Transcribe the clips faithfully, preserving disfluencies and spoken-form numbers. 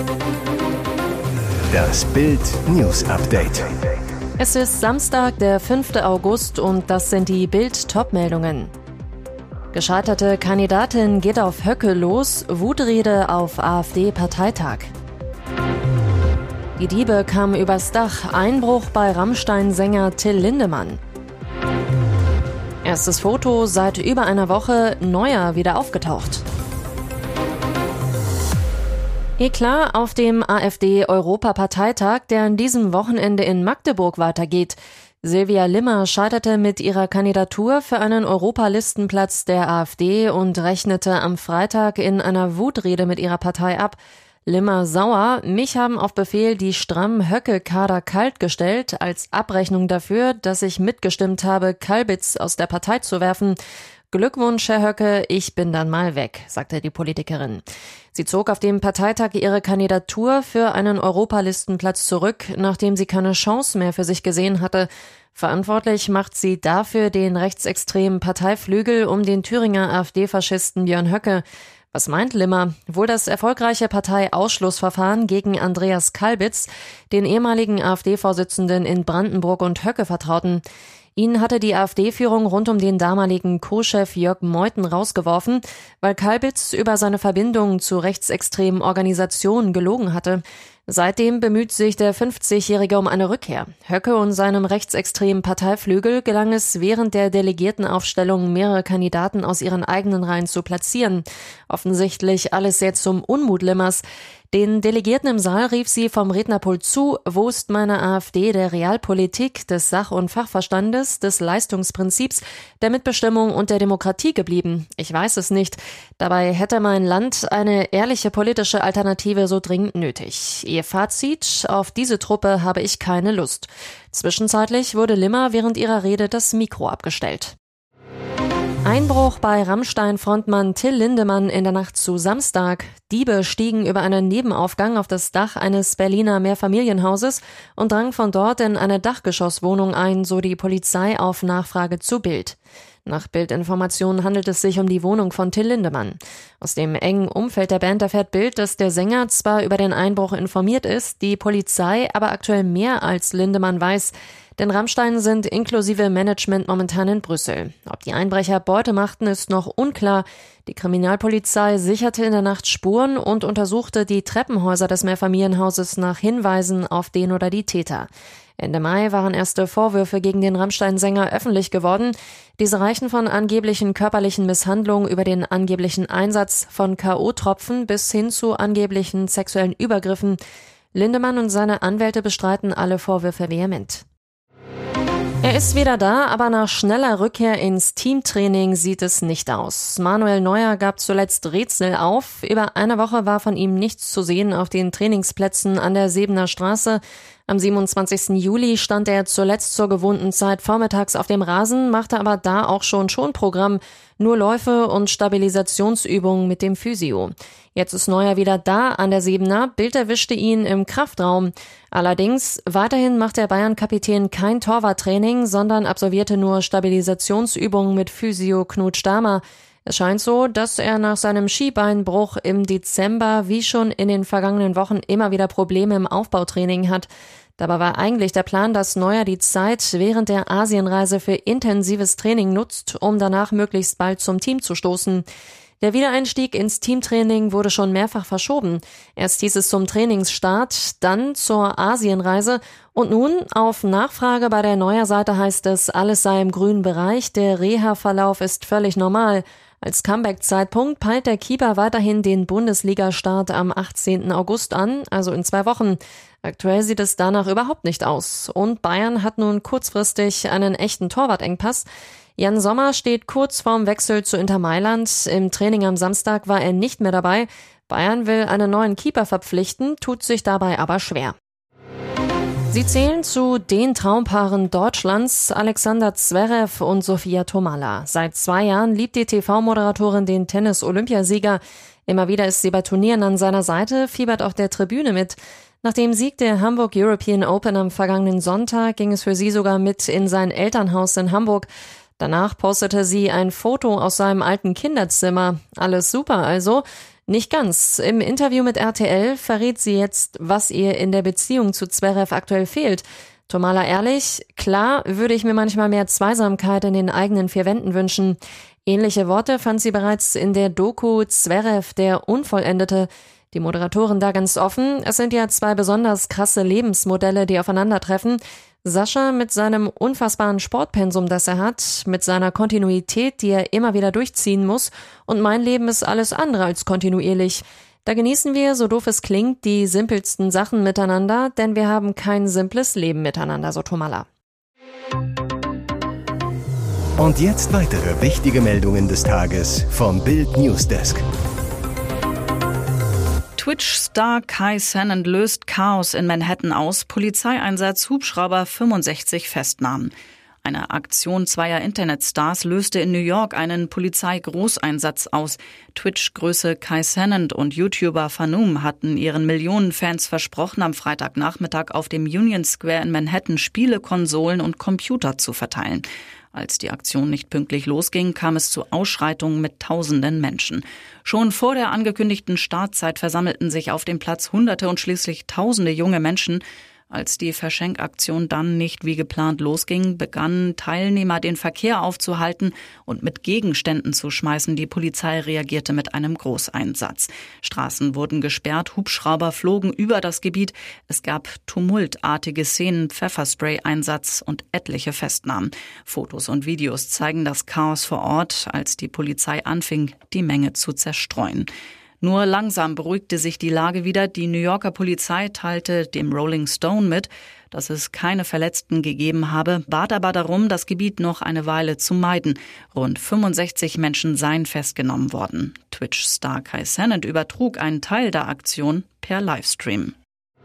Das Bild News Update. Es ist Samstag, der fünfte August und das sind die Bild-Top-Meldungen. Gescheiterte Kandidatin geht auf Höcke los, Wutrede auf AfD-Parteitag. Die Diebe kamen übers Dach, Einbruch bei Rammstein-Sänger Till Lindemann. Erstes Foto, seit über einer Woche, Neuer wieder aufgetaucht. Eklat auf dem AfD-Europaparteitag, der an diesem Wochenende in Magdeburg weitergeht. Silvia Limmer scheiterte mit ihrer Kandidatur für einen Europalistenplatz der AfD und rechnete am Freitag in einer Wutrede mit ihrer Partei ab. Limmer sauer, mich haben auf Befehl die stramm Höcke-Kader kalt gestellt, als Abrechnung dafür, dass ich mitgestimmt habe, Kalbitz aus der Partei zu werfen. Glückwunsch, Herr Höcke, ich bin dann mal weg, sagte die Politikerin. Sie zog auf dem Parteitag ihre Kandidatur für einen Europalistenplatz zurück, nachdem sie keine Chance mehr für sich gesehen hatte. Verantwortlich macht sie dafür den rechtsextremen Parteiflügel um den Thüringer AfD-Faschisten Björn Höcke. Was meint Limmer? Wohl das erfolgreiche Parteiausschlussverfahren gegen Andreas Kalbitz, den ehemaligen AfD-Vorsitzenden in Brandenburg und Höcke vertrauten. Ihn hatte die AfD-Führung rund um den damaligen Co-Chef Jörg Meuthen rausgeworfen, weil Kalbitz über seine Verbindungen zu rechtsextremen Organisationen gelogen hatte. Seitdem bemüht sich der fünfzigjährige um eine Rückkehr. Höcke und seinem rechtsextremen Parteiflügel gelang es während der Delegiertenaufstellung, mehrere Kandidaten aus ihren eigenen Reihen zu platzieren. Offensichtlich alles sehr zum Unmut Limmers. Den Delegierten im Saal rief sie vom Rednerpult zu: Wo ist meine AfD der Realpolitik, des Sach- und Fachverstandes, des Leistungsprinzips, der Mitbestimmung und der Demokratie geblieben? Ich weiß es nicht. Dabei hätte mein Land eine ehrliche politische Alternative so dringend nötig. Ihr Fazit: Auf diese Truppe habe ich keine Lust. Zwischenzeitlich wurde Limmer während ihrer Rede das Mikro abgestellt. Einbruch bei Rammstein-Frontmann Till Lindemann in der Nacht zu Samstag. Diebe stiegen über einen Nebenaufgang auf das Dach eines Berliner Mehrfamilienhauses und drangen von dort in eine Dachgeschosswohnung ein, so die Polizei auf Nachfrage zu Bild. Nach Bildinformationen handelt es sich um die Wohnung von Till Lindemann. Aus dem engen Umfeld der Band erfährt Bild, dass der Sänger zwar über den Einbruch informiert ist, die Polizei aber aktuell mehr als Lindemann weiß. Denn Rammstein sind inklusive Management momentan in Brüssel. Ob die Einbrecher Beute machten, ist noch unklar. Die Kriminalpolizei sicherte in der Nacht Spuren und untersuchte die Treppenhäuser des Mehrfamilienhauses nach Hinweisen auf den oder die Täter. Ende Mai waren erste Vorwürfe gegen den Rammstein-Sänger öffentlich geworden. Diese reichen von angeblichen körperlichen Misshandlungen über den angeblichen Einsatz von K O-Tropfen bis hin zu angeblichen sexuellen Übergriffen. Lindemann und seine Anwälte bestreiten alle Vorwürfe vehement. Er ist wieder da, aber nach schneller Rückkehr ins Teamtraining sieht es nicht aus. Manuel Neuer gab zuletzt Rätsel auf. Über eine Woche war von ihm nichts zu sehen auf den Trainingsplätzen an der Sebener Straße. Am siebenundzwanzigsten Juli stand er zuletzt zur gewohnten Zeit vormittags auf dem Rasen, machte aber da auch schon Schonprogramm, nur Läufe und Stabilisationsübungen mit dem Physio. Jetzt ist Neuer wieder da an der Sebener, Bild erwischte ihn im Kraftraum. Allerdings, weiterhin macht der Bayern-Kapitän kein Torwarttraining, sondern absolvierte nur Stabilisationsübungen mit Physio Knut Stahmer. Es scheint so, dass er nach seinem Schienbeinbruch im Dezember wie schon in den vergangenen Wochen immer wieder Probleme im Aufbautraining hat. Dabei war eigentlich der Plan, dass Neuer die Zeit während der Asienreise für intensives Training nutzt, um danach möglichst bald zum Team zu stoßen. Der Wiedereinstieg ins Teamtraining wurde schon mehrfach verschoben. Erst hieß es zum Trainingsstart, dann zur Asienreise und nun auf Nachfrage bei der Neuer Seite heißt es, alles sei im grünen Bereich, der Reha-Verlauf ist völlig normal. Als Comeback-Zeitpunkt peilt der Keeper weiterhin den Bundesliga-Start am achtzehnten August an, also in zwei Wochen. Aktuell sieht es danach überhaupt nicht aus. Und Bayern hat nun kurzfristig einen echten Torwartengpass. Jan Sommer steht kurz vorm Wechsel zu Inter Mailand. Im Training am Samstag war er nicht mehr dabei. Bayern will einen neuen Keeper verpflichten, tut sich dabei aber schwer. Sie zählen zu den Traumpaaren Deutschlands, Alexander Zverev und Sofia Tomalla. Seit zwei Jahren liebt die T V-Moderatorin den Tennis-Olympiasieger. Immer wieder ist sie bei Turnieren an seiner Seite, fiebert auf der Tribüne mit. Nach dem Sieg der Hamburg European Open am vergangenen Sonntag ging es für sie sogar mit in sein Elternhaus in Hamburg. Danach postete sie ein Foto aus seinem alten Kinderzimmer. Alles super also. Nicht ganz. Im Interview mit R T L verrät sie jetzt, was ihr in der Beziehung zu Zverev aktuell fehlt. Tomala ehrlich, klar würde ich mir manchmal mehr Zweisamkeit in den eigenen vier Wänden wünschen. Ähnliche Worte fand sie bereits in der Doku Zverev, der Unvollendete. Die Moderatorin da ganz offen, es sind ja zwei besonders krasse Lebensmodelle, die aufeinandertreffen. Sascha mit seinem unfassbaren Sportpensum, das er hat, mit seiner Kontinuität, die er immer wieder durchziehen muss, und mein Leben ist alles andere als kontinuierlich. Da genießen wir, so doof es klingt, die simpelsten Sachen miteinander, denn wir haben kein simples Leben miteinander, so Tomala. Und jetzt weitere wichtige Meldungen des Tages vom Bild Newsdesk. Twitch-Star Kai Cenat löst Chaos in Manhattan aus, Polizeieinsatz, Hubschrauber, fünfundsechzig Festnahmen. Eine Aktion zweier Internetstars löste in New York einen Polizeigroßeinsatz aus. Twitch-Größe Kai Cenat und YouTuber Fanum hatten ihren Millionenfans versprochen, am Freitagnachmittag auf dem Union Square in Manhattan Spiele, Konsolen und Computer zu verteilen. Als die Aktion nicht pünktlich losging, kam es zu Ausschreitungen mit tausenden Menschen. Schon vor der angekündigten Startzeit versammelten sich auf dem Platz Hunderte und schließlich Tausende junge Menschen. Als die Verschenkaktion dann nicht wie geplant losging, begannen Teilnehmer den Verkehr aufzuhalten und mit Gegenständen zu schmeißen. Die Polizei reagierte mit einem Großeinsatz. Straßen wurden gesperrt, Hubschrauber flogen über das Gebiet. Es gab tumultartige Szenen, Pfefferspray-Einsatz und etliche Festnahmen. Fotos und Videos zeigen das Chaos vor Ort, als die Polizei anfing, die Menge zu zerstreuen. Nur langsam beruhigte sich die Lage wieder. Die New Yorker Polizei teilte dem Rolling Stone mit, dass es keine Verletzten gegeben habe, bat aber darum, das Gebiet noch eine Weile zu meiden. Rund fünfundsechzig Menschen seien festgenommen worden. Twitch-Star Kai Cenat übertrug einen Teil der Aktion per Livestream.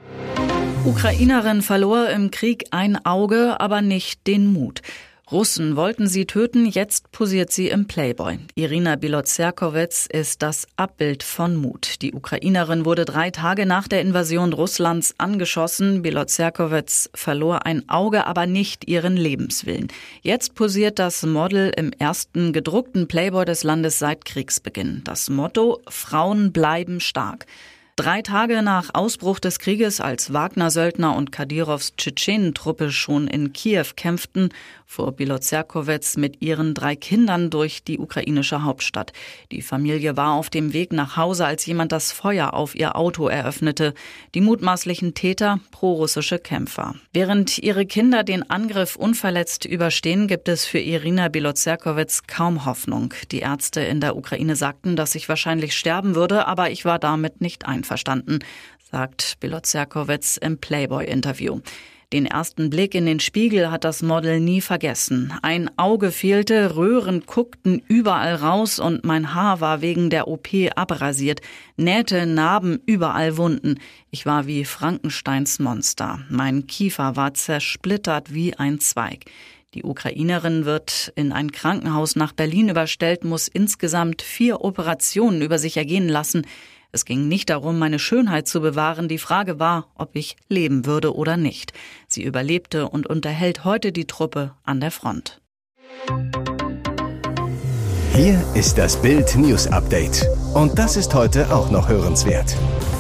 Ukrainerin verlor im Krieg ein Auge, aber nicht den Mut. Russen wollten sie töten, jetzt posiert sie im Playboy. Irina Bilocerkowitz ist das Abbild von Mut. Die Ukrainerin wurde drei Tage nach der Invasion Russlands angeschossen. Bilocerkowitz verlor ein Auge, aber nicht ihren Lebenswillen. Jetzt posiert das Model im ersten gedruckten Playboy des Landes seit Kriegsbeginn. Das Motto: Frauen bleiben stark. Drei Tage nach Ausbruch des Krieges, als Wagner-Söldner und Kadyrows Tschetschenentruppe schon in Kiew kämpften, fuhr Bilocerkowitz mit ihren drei Kindern durch die ukrainische Hauptstadt. Die Familie war auf dem Weg nach Hause, als jemand das Feuer auf ihr Auto eröffnete. Die mutmaßlichen Täter, prorussische Kämpfer. Während ihre Kinder den Angriff unverletzt überstehen, gibt es für Irina Bilocerkowitz kaum Hoffnung. Die Ärzte in der Ukraine sagten, dass ich wahrscheinlich sterben würde, aber ich war damit nicht einverstanden, sagt Bilocerkowitz im Playboy-Interview. Den ersten Blick in den Spiegel hat das Model nie vergessen. Ein Auge fehlte, Röhren guckten überall raus und mein Haar war wegen der O P abrasiert. Nähte, Narben, überall Wunden. Ich war wie Frankensteins Monster. Mein Kiefer war zersplittert wie ein Zweig. Die Ukrainerin wird in ein Krankenhaus nach Berlin überstellt, muss insgesamt vier Operationen über sich ergehen lassen. Es ging nicht darum, meine Schönheit zu bewahren. Die Frage war, ob ich leben würde oder nicht. Sie überlebte und unterhält heute die Truppe an der Front. Hier ist das Bild News Update. Und das ist heute auch noch hörenswert.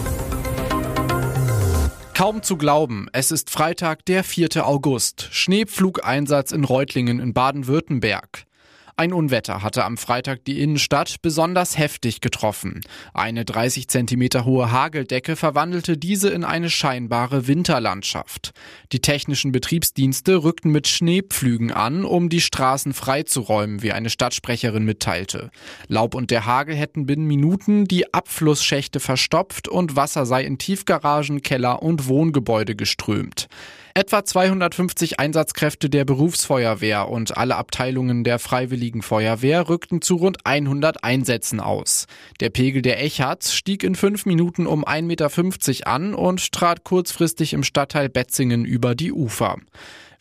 Kaum zu glauben, es ist Freitag, der vierte August. Schneepflugeinsatz in Reutlingen in Baden-Württemberg. Ein Unwetter hatte am Freitag die Innenstadt besonders heftig getroffen. Eine dreißig Zentimeter hohe Hageldecke verwandelte diese in eine scheinbare Winterlandschaft. Die technischen Betriebsdienste rückten mit Schneepflügen an, um die Straßen freizuräumen, wie eine Stadtsprecherin mitteilte. Laub und der Hagel hätten binnen Minuten die Abflussschächte verstopft und Wasser sei in Tiefgaragen, Keller und Wohngebäude geströmt. Etwa zweihundertfünfzig Einsatzkräfte der Berufsfeuerwehr und alle Abteilungen der Freiwilligen Feuerwehr rückten zu rund hundert Einsätzen aus. Der Pegel der Echarts stieg in fünf Minuten um ein Meter fünfzig an und trat kurzfristig im Stadtteil Betzingen über die Ufer.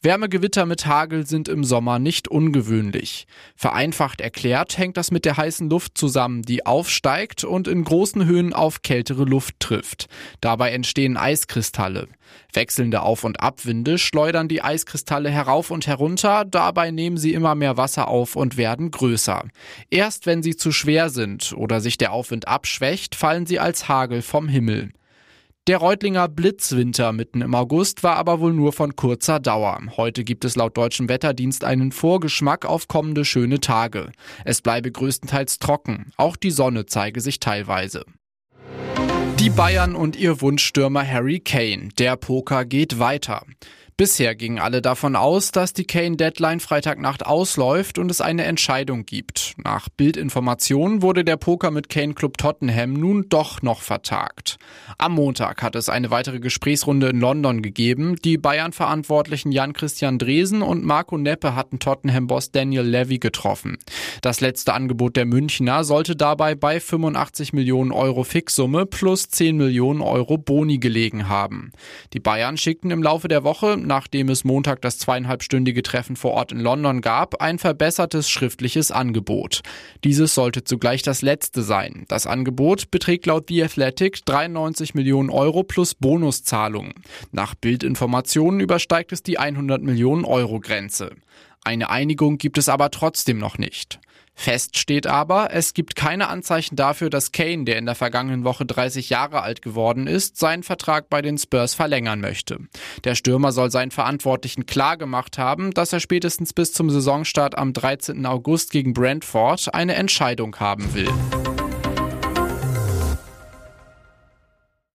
Wärmegewitter mit Hagel sind im Sommer nicht ungewöhnlich. Vereinfacht erklärt hängt das mit der heißen Luft zusammen, die aufsteigt und in großen Höhen auf kältere Luft trifft. Dabei entstehen Eiskristalle. Wechselnde Auf- und Abwinde schleudern die Eiskristalle herauf und herunter, dabei nehmen sie immer mehr Wasser auf und werden größer. Erst wenn sie zu schwer sind oder sich der Aufwind abschwächt, fallen sie als Hagel vom Himmel. Der Reutlinger Blitzwinter mitten im August war aber wohl nur von kurzer Dauer. Heute gibt es laut deutschem Wetterdienst einen Vorgeschmack auf kommende schöne Tage. Es bleibe größtenteils trocken, auch die Sonne zeige sich teilweise. Die Bayern und ihr Wunschstürmer Harry Kane. Der Poker geht weiter. Bisher gingen alle davon aus, dass die Kane-Deadline Freitagnacht ausläuft und es eine Entscheidung gibt. Nach Bild-Informationen wurde der Poker mit Kane-Club Tottenham nun doch noch vertagt. Am Montag hat es eine weitere Gesprächsrunde in London gegeben. Die Bayern-Verantwortlichen Jan-Christian Dresen und Marco Neppe hatten Tottenham-Boss Daniel Levy getroffen. Das letzte Angebot der Münchner sollte dabei bei fünfundachtzig Millionen Euro Fixsumme plus zehn Millionen Euro Boni gelegen haben. Die Bayern schickten im Laufe der Woche, nachdem es Montag das zweieinhalbstündige Treffen vor Ort in London gab, ein verbessertes schriftliches Angebot. Dieses sollte zugleich das letzte sein. Das Angebot beträgt laut The Athletic dreiundneunzig Millionen Euro plus Bonuszahlungen. Nach Bildinformationen übersteigt es die hundert Millionen Euro Grenze. Eine Einigung gibt es aber trotzdem noch nicht. Fest steht aber, es gibt keine Anzeichen dafür, dass Kane, der in der vergangenen Woche dreißig Jahre alt geworden ist, seinen Vertrag bei den Spurs verlängern möchte. Der Stürmer soll seinen Verantwortlichen klargemacht haben, dass er spätestens bis zum Saisonstart am dreizehnten August gegen Brentford eine Entscheidung haben will.